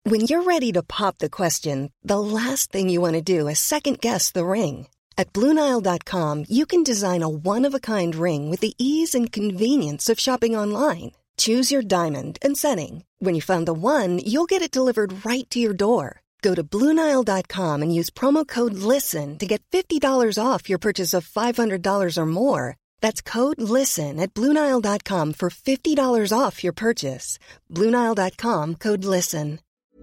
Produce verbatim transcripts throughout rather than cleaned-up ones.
When you're ready to pop the question, the last thing you want to do is second-guess the ring. At Blue Nile dot com, you can design a one-of-a-kind ring with the ease and convenience of shopping online. Choose your diamond and setting. When you find the one, you'll get it delivered right to your door. Go to Blue Nile dot com and use promo code LISTEN to get fifty dollars off your purchase of five hundred dollars or more. That's code LISTEN at Blue Nile dot com for fifty dollars off your purchase. Blue Nile dot com, code LISTEN.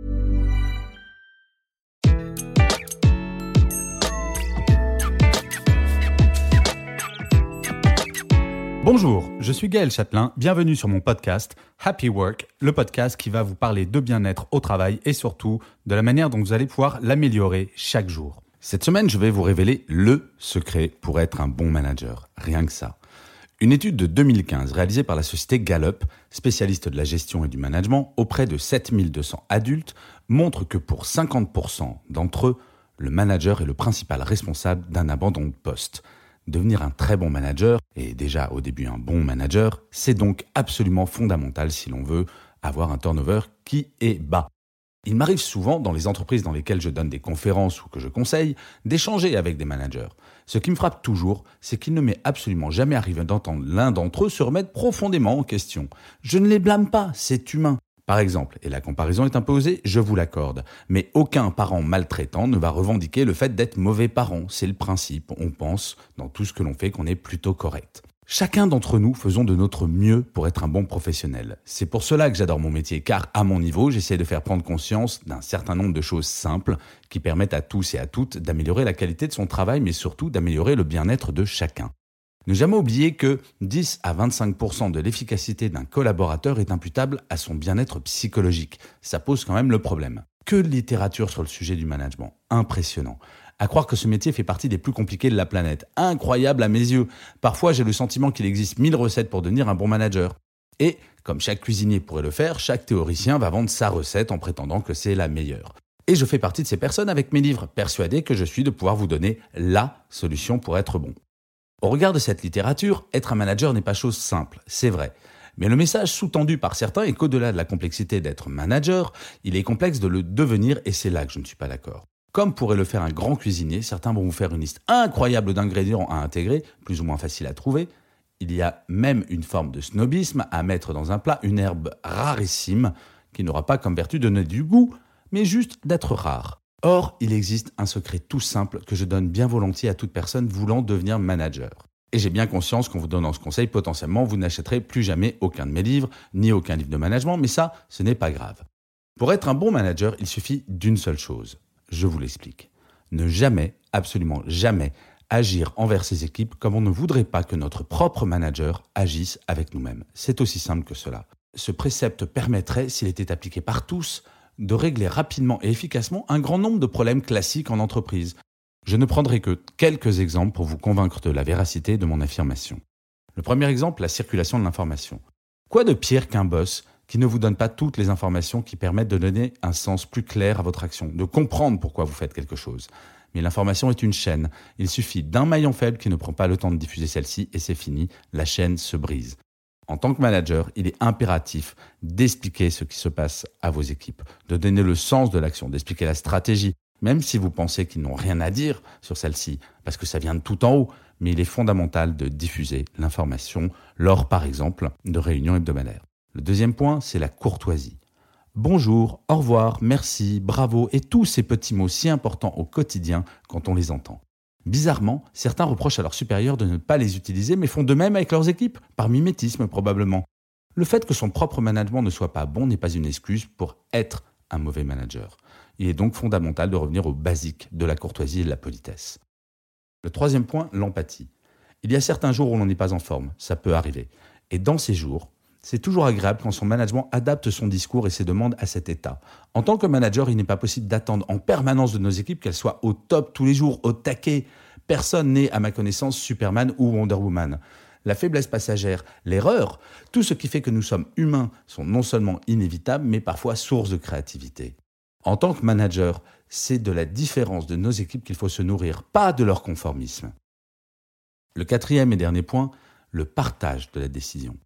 Bonjour, je suis Gaël Châtelain, bienvenue sur mon podcast Happy Work, le podcast qui va vous parler de bien-être au travail et surtout de la manière dont vous allez pouvoir l'améliorer chaque jour. Cette semaine, je vais vous révéler le secret pour être un bon manager, rien que ça. Une étude de deux mille quinze réalisée par la société Gallup, spécialiste de la gestion et du management, auprès de sept mille deux cents adultes, montre que pour cinquante pour cent d'entre eux, le manager est le principal responsable d'un abandon de poste. Devenir un très bon manager, et déjà au début un bon manager, c'est donc absolument fondamental si l'on veut avoir un turnover qui est bas. Il m'arrive souvent, dans les entreprises dans lesquelles je donne des conférences ou que je conseille, d'échanger avec des managers. Ce qui me frappe toujours, c'est qu'il ne m'est absolument jamais arrivé d'entendre l'un d'entre eux se remettre profondément en question. Je ne les blâme pas, c'est humain. Par exemple, et la comparaison est un peu osée, je vous l'accorde, mais aucun parent maltraitant ne va revendiquer le fait d'être mauvais parent. C'est le principe, on pense, dans tout ce que l'on fait, qu'on est plutôt correct. Chacun d'entre nous faisons de notre mieux pour être un bon professionnel. C'est pour cela que j'adore mon métier, car à mon niveau, j'essaie de faire prendre conscience d'un certain nombre de choses simples qui permettent à tous et à toutes d'améliorer la qualité de son travail, mais surtout d'améliorer le bien-être de chacun. Ne jamais oublier que dix à vingt-cinq pour cent de l'efficacité d'un collaborateur est imputable à son bien-être psychologique. Ça pose quand même le problème. Que de littérature sur le sujet du management. Impressionnant. À croire que ce métier fait partie des plus compliqués de la planète. Incroyable à mes yeux. Parfois, j'ai le sentiment qu'il existe mille recettes pour devenir un bon manager. Et, comme chaque cuisinier pourrait le faire, chaque théoricien va vendre sa recette en prétendant que c'est la meilleure. Et je fais partie de ces personnes avec mes livres, persuadé que je suis de pouvoir vous donner la solution pour être bon. Au regard de cette littérature, être un manager n'est pas chose simple, c'est vrai. Mais le message sous-tendu par certains est qu'au-delà de la complexité d'être manager, il est complexe de le devenir et c'est là que je ne suis pas d'accord. Comme pourrait le faire un grand cuisinier, certains vont vous faire une liste incroyable d'ingrédients à intégrer, plus ou moins facile à trouver. Il y a même une forme de snobisme à mettre dans un plat, une herbe rarissime qui n'aura pas comme vertu de donner du goût, mais juste d'être rare. Or, il existe un secret tout simple que je donne bien volontiers à toute personne voulant devenir manager. Et j'ai bien conscience qu'en vous donnant ce conseil, potentiellement, vous n'achèterez plus jamais aucun de mes livres, ni aucun livre de management, mais ça, ce n'est pas grave. Pour être un bon manager, il suffit d'une seule chose. Je vous l'explique. Ne jamais, absolument jamais, agir envers ses équipes comme on ne voudrait pas que notre propre manager agisse avec nous-mêmes. C'est aussi simple que cela. Ce précepte permettrait, s'il était appliqué par tous, de régler rapidement et efficacement un grand nombre de problèmes classiques en entreprise. Je ne prendrai que quelques exemples pour vous convaincre de la véracité de mon affirmation. Le premier exemple, la circulation de l'information. Quoi de pire qu'un boss qui ne vous donne pas toutes les informations qui permettent de donner un sens plus clair à votre action, de comprendre pourquoi vous faites quelque chose. Mais l'information est une chaîne. Il suffit d'un maillon faible qui ne prend pas le temps de diffuser celle-ci et c'est fini, la chaîne se brise. En tant que manager, il est impératif d'expliquer ce qui se passe à vos équipes, de donner le sens de l'action, d'expliquer la stratégie, même si vous pensez qu'ils n'ont rien à dire sur celle-ci, parce que ça vient de tout en haut. Mais il est fondamental de diffuser l'information lors, par exemple, de réunions hebdomadaires. Le deuxième point, c'est la courtoisie. Bonjour, au revoir, merci, bravo et tous ces petits mots si importants au quotidien quand on les entend. Bizarrement, certains reprochent à leurs supérieurs de ne pas les utiliser, mais font de même avec leurs équipes, par mimétisme probablement. Le fait que son propre management ne soit pas bon n'est pas une excuse pour être un mauvais manager. Il est donc fondamental de revenir aux basiques de la courtoisie et de la politesse. Le troisième point, l'empathie. Il y a certains jours où l'on n'est pas en forme, ça peut arriver. Et dans ces jours, c'est toujours agréable quand son management adapte son discours et ses demandes à cet état. En tant que manager, il n'est pas possible d'attendre en permanence de nos équipes qu'elles soient au top tous les jours, au taquet. Personne n'est, à ma connaissance, Superman ou Wonder Woman. La faiblesse passagère, l'erreur, tout ce qui fait que nous sommes humains sont non seulement inévitables, mais parfois source de créativité. En tant que manager, c'est de la différence de nos équipes qu'il faut se nourrir, pas de leur conformisme. Le quatrième et dernier point, le partage de la décision.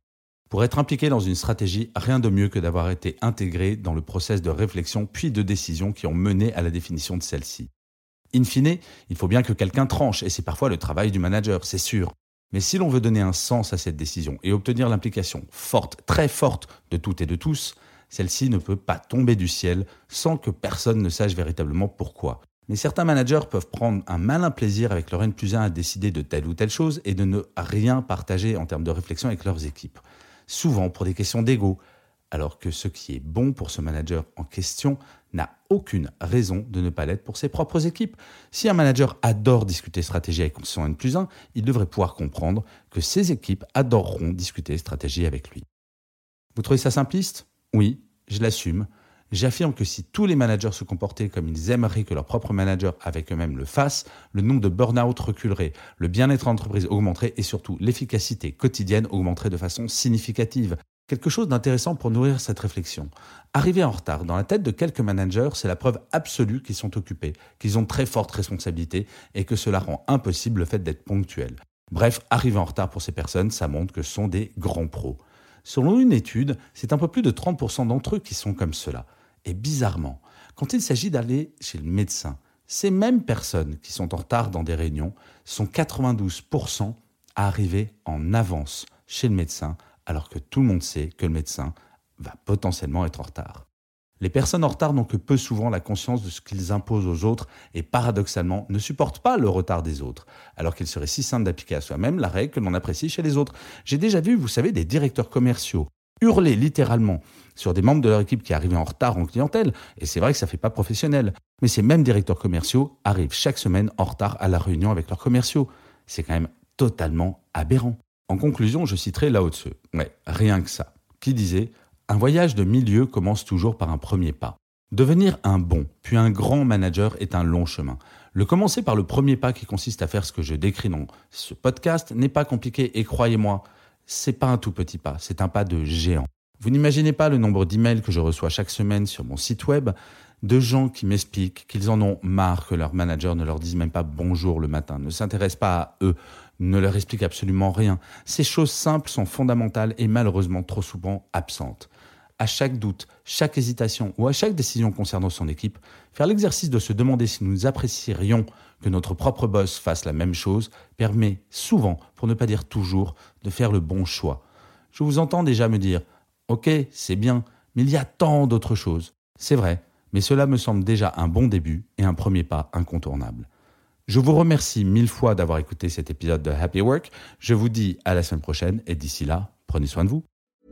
Pour être impliqué dans une stratégie, rien de mieux que d'avoir été intégré dans le process de réflexion puis de décision qui ont mené à la définition de celle-ci. In fine, il faut bien que quelqu'un tranche, et c'est parfois le travail du manager, c'est sûr. Mais si l'on veut donner un sens à cette décision et obtenir l'implication forte, très forte de toutes et de tous, celle-ci ne peut pas tomber du ciel sans que personne ne sache véritablement pourquoi. Mais certains managers peuvent prendre un malin plaisir avec leur N plus un à décider de telle ou telle chose et de ne rien partager en termes de réflexion avec leurs équipes. Souvent pour des questions d'ego, alors que ce qui est bon pour ce manager en question n'a aucune raison de ne pas l'être pour ses propres équipes. Si un manager adore discuter stratégie avec son N plus un, il devrait pouvoir comprendre que ses équipes adoreront discuter stratégie avec lui. Vous trouvez ça simpliste ? Oui, je l'assume. J'affirme que si tous les managers se comportaient comme ils aimeraient que leur propre manager avec eux-mêmes le fassent, le nombre de burn-out reculerait, le bien-être en entreprise augmenterait et surtout l'efficacité quotidienne augmenterait de façon significative. Quelque chose d'intéressant pour nourrir cette réflexion. Arriver en retard dans la tête de quelques managers, c'est la preuve absolue qu'ils sont occupés, qu'ils ont de très fortes responsabilités et que cela rend impossible le fait d'être ponctuel. Bref, arriver en retard pour ces personnes, ça montre que ce sont des grands pros. Selon une étude, c'est un peu plus de trente pour cent d'entre eux qui sont comme cela. Et bizarrement, quand il s'agit d'aller chez le médecin, ces mêmes personnes qui sont en retard dans des réunions sont quatre-vingt-douze pour cent à arriver en avance chez le médecin, alors que tout le monde sait que le médecin va potentiellement être en retard. Les personnes en retard n'ont que peu souvent la conscience de ce qu'ils imposent aux autres et paradoxalement ne supportent pas le retard des autres, alors qu'il serait si simple d'appliquer à soi-même la règle que l'on apprécie chez les autres. J'ai déjà vu, vous savez, des directeurs commerciaux hurler littéralement sur des membres de leur équipe qui arrivaient en retard en clientèle, et c'est vrai que ça ne fait pas professionnel. Mais ces mêmes directeurs commerciaux arrivent chaque semaine en retard à la réunion avec leurs commerciaux. C'est quand même totalement aberrant. En conclusion, je citerai Lao Tzu. Ouais, rien que ça. Qui disait « Un voyage de milieu commence toujours par un premier pas ». Devenir un bon, puis un grand manager est un long chemin. Le commencer par le premier pas qui consiste à faire ce que je décris dans ce podcast n'est pas compliqué et croyez-moi, c'est pas un tout petit pas, c'est un pas de géant. Vous n'imaginez pas le nombre d'emails que je reçois chaque semaine sur mon site web de gens qui m'expliquent qu'ils en ont marre que leur manager ne leur dise même pas bonjour le matin, ne s'intéresse pas à eux, ne leur explique absolument rien. Ces choses simples sont fondamentales et malheureusement trop souvent absentes. À chaque doute, chaque hésitation ou à chaque décision concernant son équipe, faire l'exercice de se demander si nous apprécierions que notre propre boss fasse la même chose permet souvent, pour ne pas dire toujours, de faire le bon choix. Je vous entends déjà me dire « Ok, c'est bien, mais il y a tant d'autres choses. » C'est vrai, mais cela me semble déjà un bon début et un premier pas incontournable. Je vous remercie mille fois d'avoir écouté cet épisode de Happy Work. Je vous dis à la semaine prochaine et d'ici là, prenez soin de vous.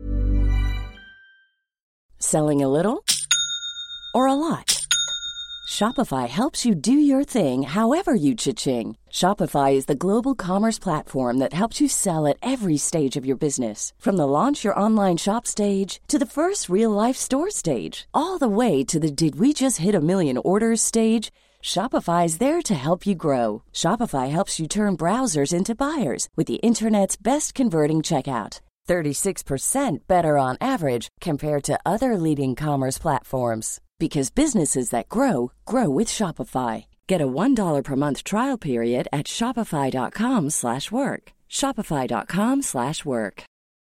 Selling a little or a lot? Shopify helps you do your thing however you cha-ching. Shopify is the global commerce platform that helps you sell at every stage of your business. From the launch your online shop stage to the first real-life store stage, all the way to the did we just hit a million orders stage. Shopify is there to help you grow. Shopify helps you turn browsers into buyers with the internet's best converting checkout. thirty-six percent better on average compared to other leading commerce platforms. Because businesses that grow, grow with Shopify. Get a one dollar per month trial period at shopify.com slash work. Shopify.com slash work.